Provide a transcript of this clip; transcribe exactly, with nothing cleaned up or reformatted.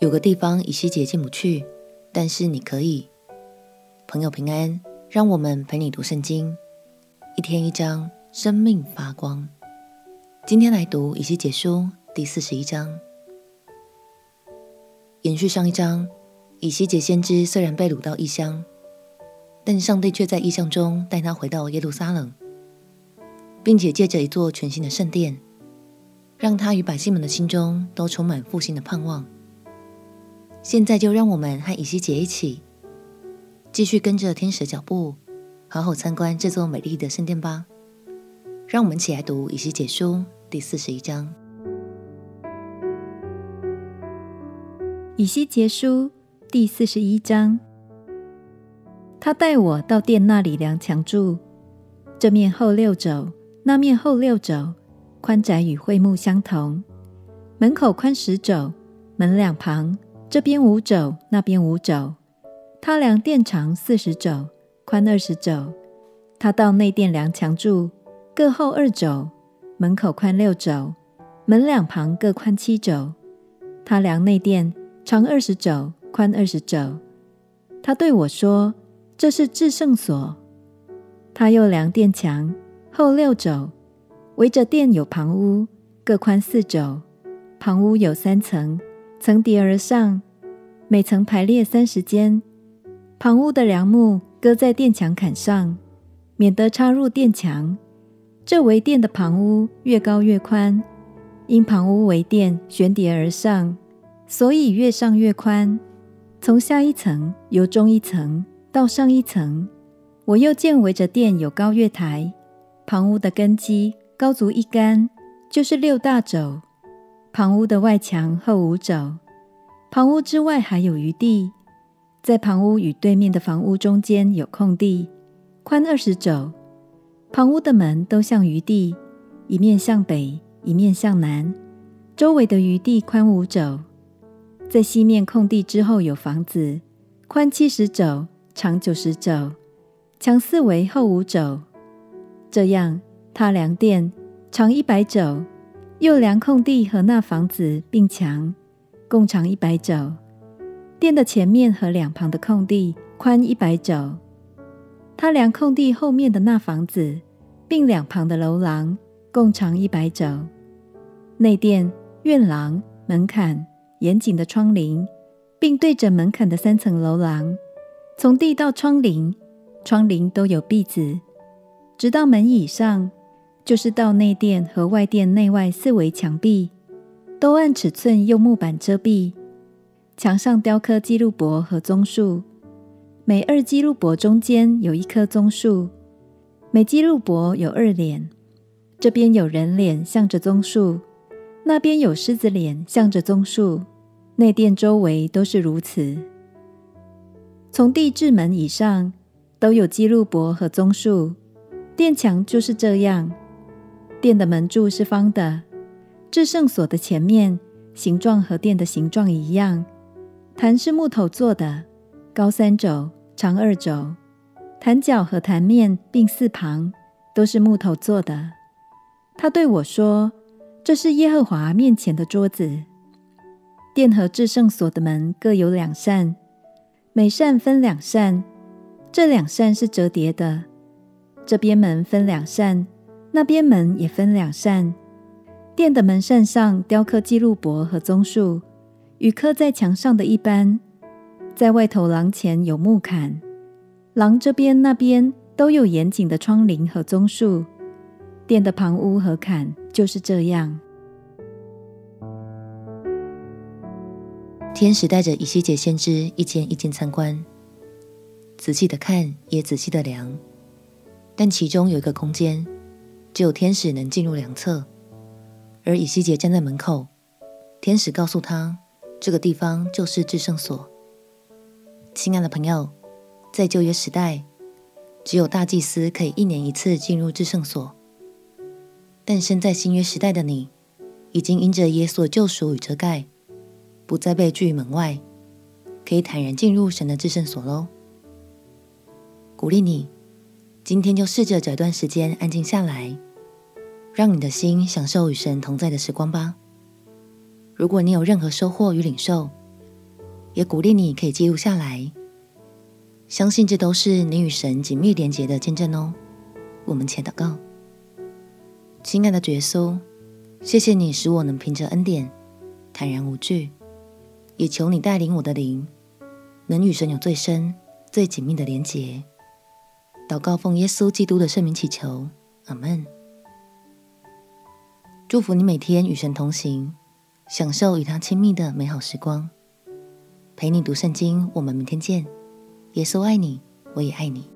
有个地方以西结进不去，但是你可以。朋友平安，让我们陪你读圣经，一天一章，生命发光。今天来读以西结书第四十一章。延续上一章，以西结先知虽然被掳到异乡，但上帝却在异象中带他回到耶路撒冷，并且借着一座全新的圣殿，让他与百姓们的心中都充满复兴的盼望。现在就让我们和以西结一起，继续跟着天使的脚步，好好参观这座美丽的圣殿吧。让我们一起来读以西结书第四十一章。 以西结书第四十一章。他带我到殿那里量墙柱，这面厚六肘，那面厚六肘，宽窄与会幕相同。门口宽十肘，门两旁这边五肘，那边五肘。他量殿长四十肘，宽二十肘。他到内殿量墙柱，各厚二肘，门口宽六肘，门两旁各宽七肘。他量内殿长二十肘，宽二十肘。他对我说：“这是至圣所。”他又量殿墙，厚六肘，围着殿有旁屋，各宽四肘。旁屋有三层，层叠而上，每层排列三十间。旁屋的梁木搁在殿墙坎上，免得插入殿墙。这围殿的旁屋越高越宽，因旁屋围殿悬叠而上，所以越上越宽。从下一层由中一层到上一层，我又见围着殿有高月台，旁屋的根基高足一竿，就是六大肘。旁屋的外墙厚五肘。旁屋之外还有余地，在旁屋与对面的房屋中间有空地，宽二十肘。旁屋的门都向余地，一面向北，一面向南，周围的余地宽五肘。在西面空地之后有房子，宽七十肘，长九十肘，墙四围厚五肘。这样，他量殿长一百肘，又量空地和那房子并墙，共长一百肘。殿的前面和两旁的空地宽一百肘。他量空地后面的那房子，并两旁的楼廊，共长一百肘。内殿、院廊、门槛、严谨的窗棂，并对着门槛的三层楼廊，从地到窗棂，窗棂都有篦子，直到门以上，就是到内殿和外殿内外四围墙壁，都按尺寸用木板遮蔽。墙上雕刻基路伯和棕树，每二基路伯中间有一棵棕树，每基路伯有二脸，这边有人脸向着棕树，那边有狮子脸向着棕树。内殿周围都是如此。从地至门以上都有基路伯和棕树，殿墙就是这样。殿的门柱是方的，至圣所的前面形状和殿的形状一样。坛是木头做的，高三肘，长二肘。坛角和坛面并四旁都是木头做的。他对我说：“这是耶和华面前的桌子。”殿和至圣所的门各有两扇，每扇分两扇，这两扇是折叠的。这边门分两扇，那边门也分两扇。殿的门扇上雕刻基路伯和棕树，与刻在墙上的一般。在外头廊前有木坎，廊这边那边都有严谨的窗棂和棕树。殿的旁屋和坎就是这样。 天使带着以西结先知一间一间参观，仔细的看，也仔细的量，但其中有一个空间，只有天使能进入量测，而以西结站在门口。天使告诉他，这个地方就是至圣所。亲爱的朋友，在旧约时代，只有大祭司可以一年一次进入至圣所，但身在新约时代的你，已经因着耶稣的救赎与遮盖，不再被拒于门外，可以坦然进入神的至圣所咯。鼓励你，今天就试着找一段时间安静下来，让你的心享受与神同在的时光吧。如果你有任何收获与领受， 也鼓励你可以记录下来，相信这都是你与神紧密连结的见证哦。我们且祷告。亲爱的主耶稣，谢谢你使我能凭着恩典坦然无惧，也求你带领我的灵能与神有最深最紧密的连结。祷告奉耶稣基督的圣名祈求，阿们。祝福你每天与神同行，享受与他亲密的美好时光。陪你读圣经，我们明天见。耶稣爱你，我也爱你。